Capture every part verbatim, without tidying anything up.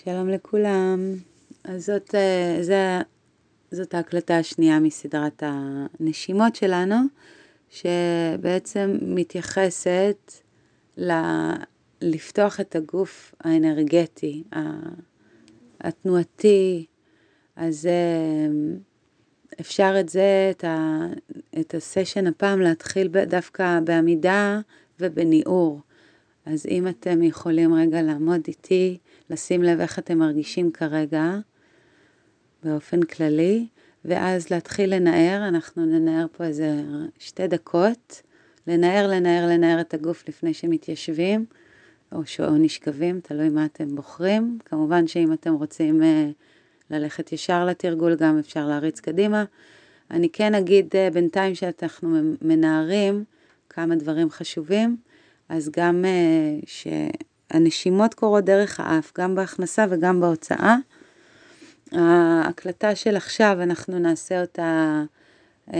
שלום לכולם. אז זאת, זה, זאת ההקלטה השנייה מסדרת הנשימות שלנו, שבעצם מתייחסת ל, לפתוח את הגוף האנרגטי, התנועתי. אז אפשר את זה, את, ה, את הסשן הפעם להתחיל דווקא בעמידה ובניעור. אז אם אתם יכולים רגע לעמוד איתי, לשים לב איך אתם מרגישים כרגע, באופן כללי, ואז להתחיל לנער, אנחנו ננער פה איזה שתי דקות, לנער, לנער, לנער את הגוף לפני שמתיישבים, או שאו נשכבים, תלוי מה אתם בוחרים. כמובן שאם אתם רוצים ללכת ישר לתרגול, גם אפשר להריץ קדימה. אני כן אגיד בינתיים שאנחנו מנערים כמה דברים חשובים, אז גם uh, שהנשימות קורות דרך האף, גם בהכנסה וגם בהוצאה. ההקלטה של עכשיו, אנחנו נעשה אותה uh,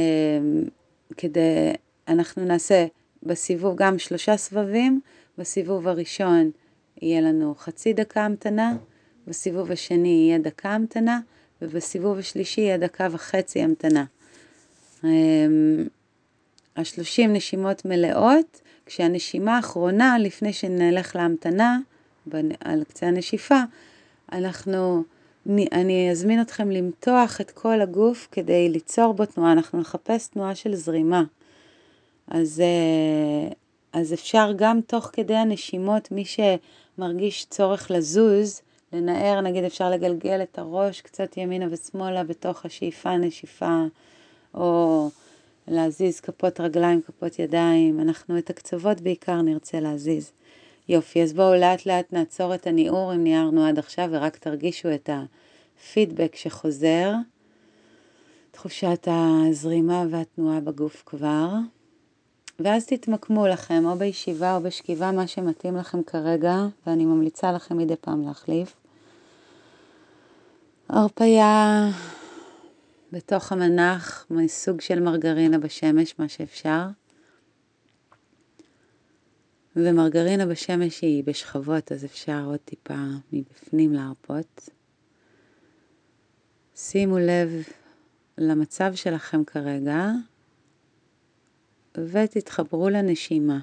כדי, אנחנו נעשה בסיבוב גם שלושה סבבים, בסיבוב הראשון יהיה לנו חצי דקה המתנה, בסיבוב השני יהיה דקה המתנה, ובסיבוב השלישי יהיה דקה וחצי המתנה. Um, השלושים נשימות מלאות, כשהנשימה האחרונה, לפני שנלך להמתנה, על קצה הנשיפה, אנחנו, אני אזמין אתכם למתוח את כל הגוף כדי ליצור בו תנועה. אנחנו נחפש תנועה של זרימה. אז, אז אפשר גם תוך כדי הנשימות, מי שמרגיש צורך לזוז, לנער, נגיד אפשר לגלגל את הראש קצת ימינה ושמאלה בתוך השאיפה, נשיפה, או להזיז כפות רגליים, כפות ידיים. אנחנו את הקצוות בעיקר נרצה להזיז. יופי, אז בואו לאט לאט נעצור את הניעור אם ניערנו עד עכשיו, ורק תרגישו את הפידבק שחוזר. תחושת הזרימה והתנועה בגוף כבר. ואז תתמקמו לכם, או בישיבה או בשכיבה, מה שמתאים לכם כרגע, ואני ממליצה לכם מדי פעם להחליף. הרפיה בתוך המנח, מסוג של מרגרינה בשמש, מה שאפשר. ומרגרינה בשמש היא בשכבות, אז אפשר עוד טיפה מבפנים להרפות. שימו לב למצב שלכם כרגע, ותתחברו לנשימה.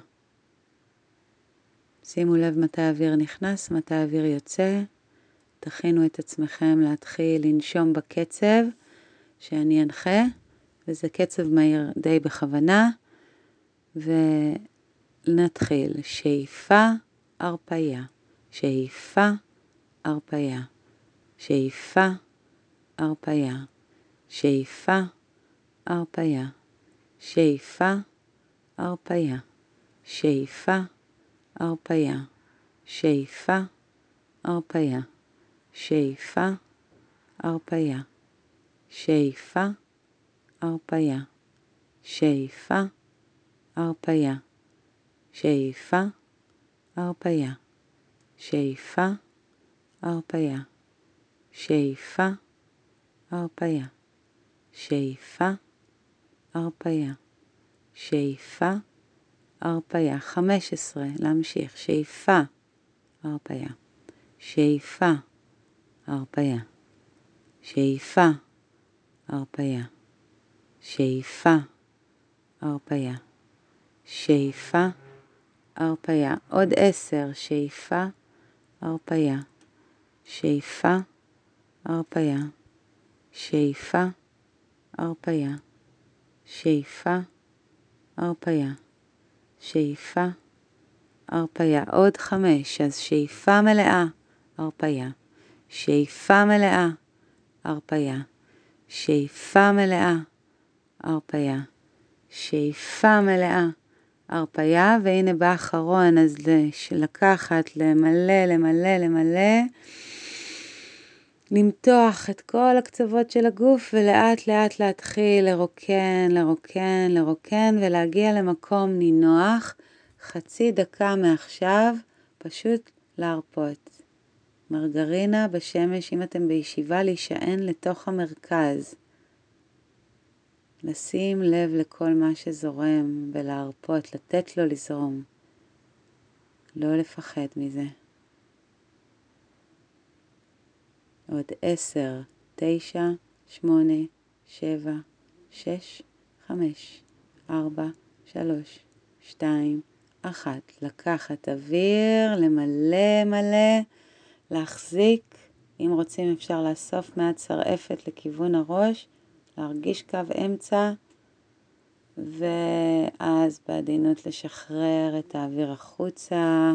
שימו לב מתי האוויר נכנס, מתי האוויר יוצא. תכינו את עצמכם להתחיל לנשום בקצב שאני אנחה, וזה קצב מהיר די בכוונה, ונתחיל. שאיפה, הרפיה, שאיפה, הרפיה, שאיפה, הרפיה, שאיפה, הרפיה, שאיפה, הרפיה, שאיפה, הרפיה, שאיפה, הרפיה, שאיפה, הרפיה, שאיפה, הרפיה, שאיפה, הרפיה, שאיפה, הרפיה, שאיפה, הרפיה, שאיפה, הרפיה, שאיפה, הרפיה, שאיפה, הרפיה. חמש עשרה, להמשיך. שאיפה, הרפיה, שאיפה, הרפיה, שאיפה, הרפיה, שאיפה, הרפיה, שאיפה, הרפיה. עוד עשר. שאיפה, הרפיה, שאיפה, הרפיה, שאיפה, הרפיה, שאיפה, הרפיה, שאיפה, הרפיה. עוד חמש. אז שאיפה מלאה, הרפיה, שאיפה מלאה, הרפיה, שאיפה מלאה, הרפיה, שאיפה מלאה, הרפיה. והנה באחרון, אז לקחת, למלא, למלא, למלא, למתוח את כל הקצוות של הגוף, ולאט לאט להתחיל לרוקן, לרוקן, לרוקן, ולהגיע למקום נינוח. חצי דקה מעכשיו, פשוט להרפות. מרגרינה בשמש, אם אתם בישיבה, להישען לתוך המרכז. לשים לב לכל מה שזורם ולהרפות, לתת לו לזרום. לא לפחד מזה. עוד עשר, תשע, שמונה, שבע, שש, חמש, ארבע, שלוש, שתיים, אחת. לקחת אוויר, למלא מלא, להחזיק. אם רוצים אפשר לאסוף מעט שרעפת לכיוון הראש, להרגיש קו אמצע, ואז בעדינות לשחרר את האוויר החוצה.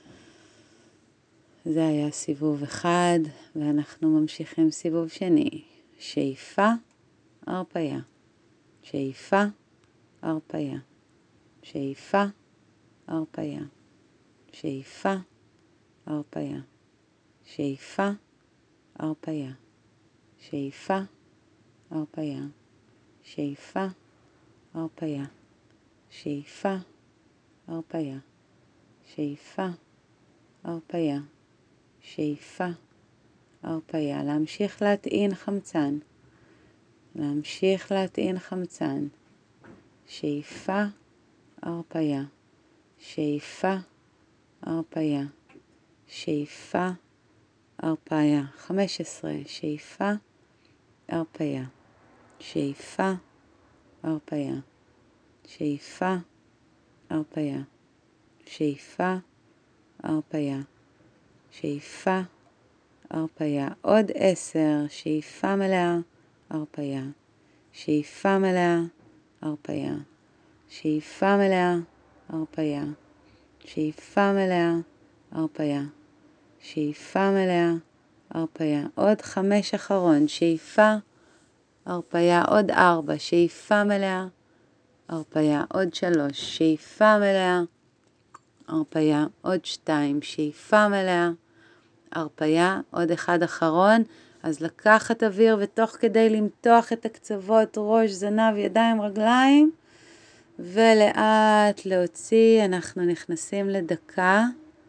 זה היה סיבוב אחד, ואנחנו ממשיכים סיבוב שני. שאיפה, הרפיה. שאיפה, הרפיה. שאיפה, הרפיה. שאיפה, הרפיה. שאיפה, הרפיה. שאיפה, הרפיה. שאיפה, הרפיה. שאיפה, הרפיה. שאיפה, הרפיה. שאיפה, הרפיה. להמשיך להטעין חמצן. להמשיך להטעין חמצן. שאיפה, הרפיה. שאיפה, הרפיה. שאיפה, הרפיה. חמש עשרה. שאיפה, הרפיה. שאיפה, הרפיה. שאיפה, הרפיה. שאיפה, הרפיה. שאיפה, הרפיה. עוד עשר. שאיפה מלאה, הרפיה. שאיפה מלאה, הרפיה. שאיפה מלאה, הרפיה. שאיפה מלאה, הרפיה. שאיפה מלאה, הרפיה. עוד חמש אחרון. שאיפה, הרפיה. עוד ארבע. שאיפה מלאה, הרפיה. עוד שלוש. שאיפה מלאה, הרפיה. עוד שתיים. שאיפה מלאה, הרפיה. עוד אחד אחרון. אז לקחת אוויר ותוך כדי למתוח את הקצוות, ראש, זנב, ידיים, רגליים, ולאט להוציא. אנחנו נכנסים לדקה.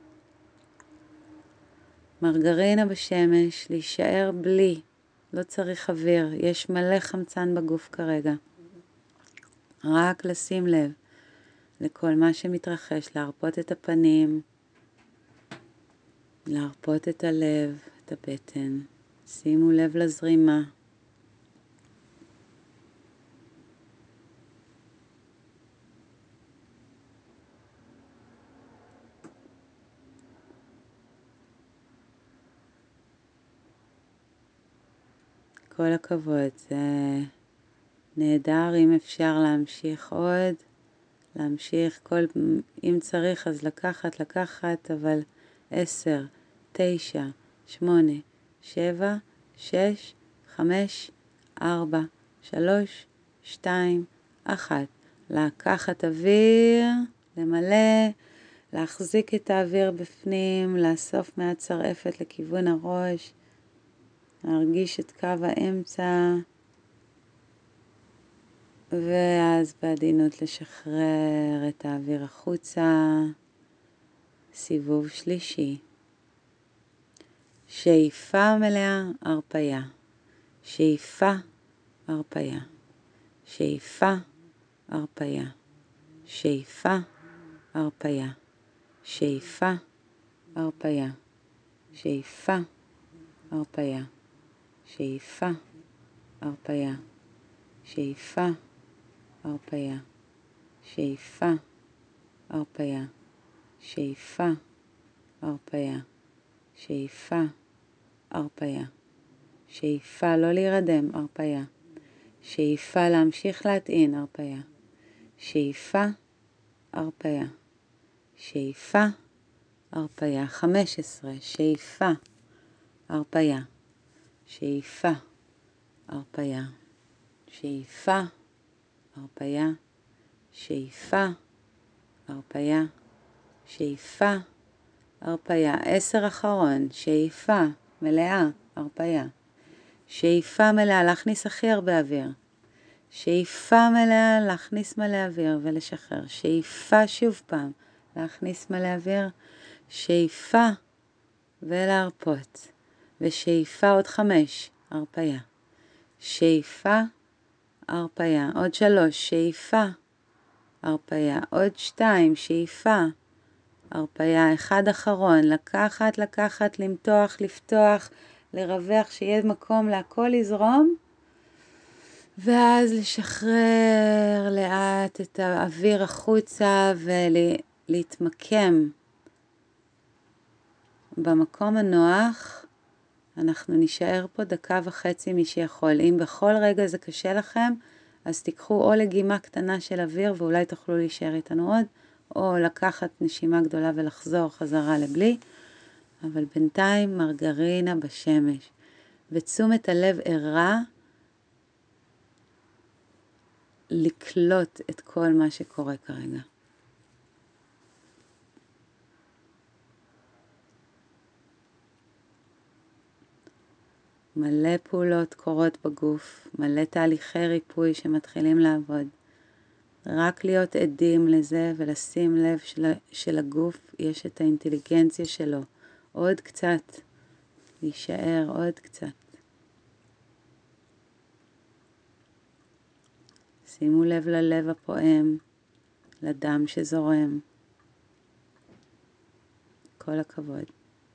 מרגרינה בשמש, להישאר בלי. לא צריך אוויר, יש מלא חמצן בגוף כרגע. רק לשים לב לכל מה שמתרחש, להרפות את הפנים, להרפות את הלב, את הבטן. שימו לב לזרימה. כל הכבוד, זה נהדר. אם אפשר להמשיך עוד, להמשיך כל, אם צריך אז לקחת, לקחת, אבל עשר, תשע, שמונה, שבע, שש, חמש, ארבע, שלוש, שתיים, אחת. לקחת אוויר, למלא, להחזיק את האוויר בפנים, לאסוף מעט שרעפת לכיוון הראש, להרגיש את קו האמצע, ואז בעדינות לשחרר את האוויר החוצה. סיבוב שלישי. שאיפה מלאה, הרפיה. שאיפה, הרפיה. שאיפה, הרפיה. שאיפה, הרפיה. שאיפה, הרפיה. שאיפה, הרפיה. שאיפה, הרפיה. שאיפה, הרפיה. שאיפה, הרפיה. שאיפה, הרפיה. שאיפה, הרפיה. שאיפה, לא להירדם, הרפיה. שאיפה, להמשיך להטעין, הרפיה. שאיפה, הרפיה. שאיפה, הרפיה. חמש עשרה. שאיפה, הרפיה. שאיפה, הרפיה. שאיפה, הרפיה. שאיפה, הרפיה. שאיפה, הרפיה. עשר אחרון. שאיפה מלאה, הרפיה. שאיפה מלאה, להכניס הכי הרבה אוויר. שאיפה מלאה, להכניס מלא אוויר ולשחרר. שאיפה שוב פעם, להכניס מלא אוויר. שאיפה ולהרפות. ושאיפה עוד חמש, הרפיה. שאיפה, הרפיה. עוד שלוש, שאיפה, הרפיה. עוד שתיים, שאיפה, הרפיה. אחד אחרון, לקחת, לקחת, למתוח, לפתוח, לרווח, שיהיה מקום להכל לזרום, ואז לשחרר לאט את האוויר החוצה ולהתמקם במקום הנוח. אנחנו נשאר פה דקה וחצי מי שיכול. אם בכל רגע זה קשה לכם, אז תיקחו או לגימה קטנה של אוויר ואולי תוכלו להישאר איתנו עוד, או לקחת נשימה גדולה ולחזור חזרה לבלי. אבל בינתיים מרגרינה בשמש. ותשומת הלב ערה לקלוט את כל מה שקורה כרגע. מלא פעולות קורות בגוף, מלא תהליכי ריפוי שמתחילים לעבוד. רק להיות עדים לזה ולשים לב של, של הגוף, יש את האינטליגנציה שלו. עוד קצת, להישאר עוד קצת. שימו לב ללב הפועם, לדם שזורם. כל הכבוד.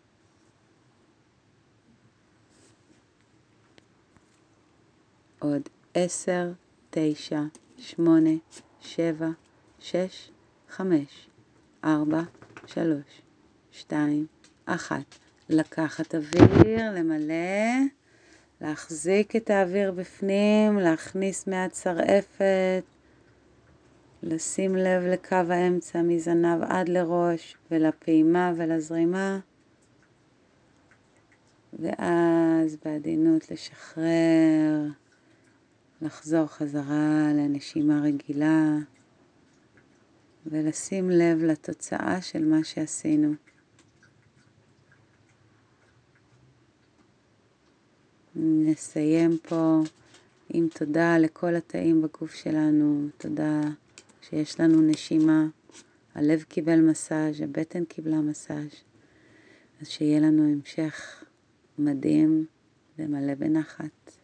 עוד עשר, תשע, שמונה, שבע, שש, חמש, ארבע, שלוש, שתיים, אחת. לקחת אוויר, למלא, להחזיק את האוויר בפנים, להכניס מעט שרעפת, לשים לב לקו האמצע מזנב עד לראש ולפעימה ולזרימה, ואז בעדינות לשחרר, לחזור חזרה לנשימה רגילה ולשים לב לתוצאה של מה שעשינו. נסיים פה עם תודה לכל התאים בגוף שלנו, תודה שיש לנו נשימה, הלב קיבל מסאז', הבטן קיבלה מסאז', אז שיהיה לנו המשך מדהים ומלא בנחת.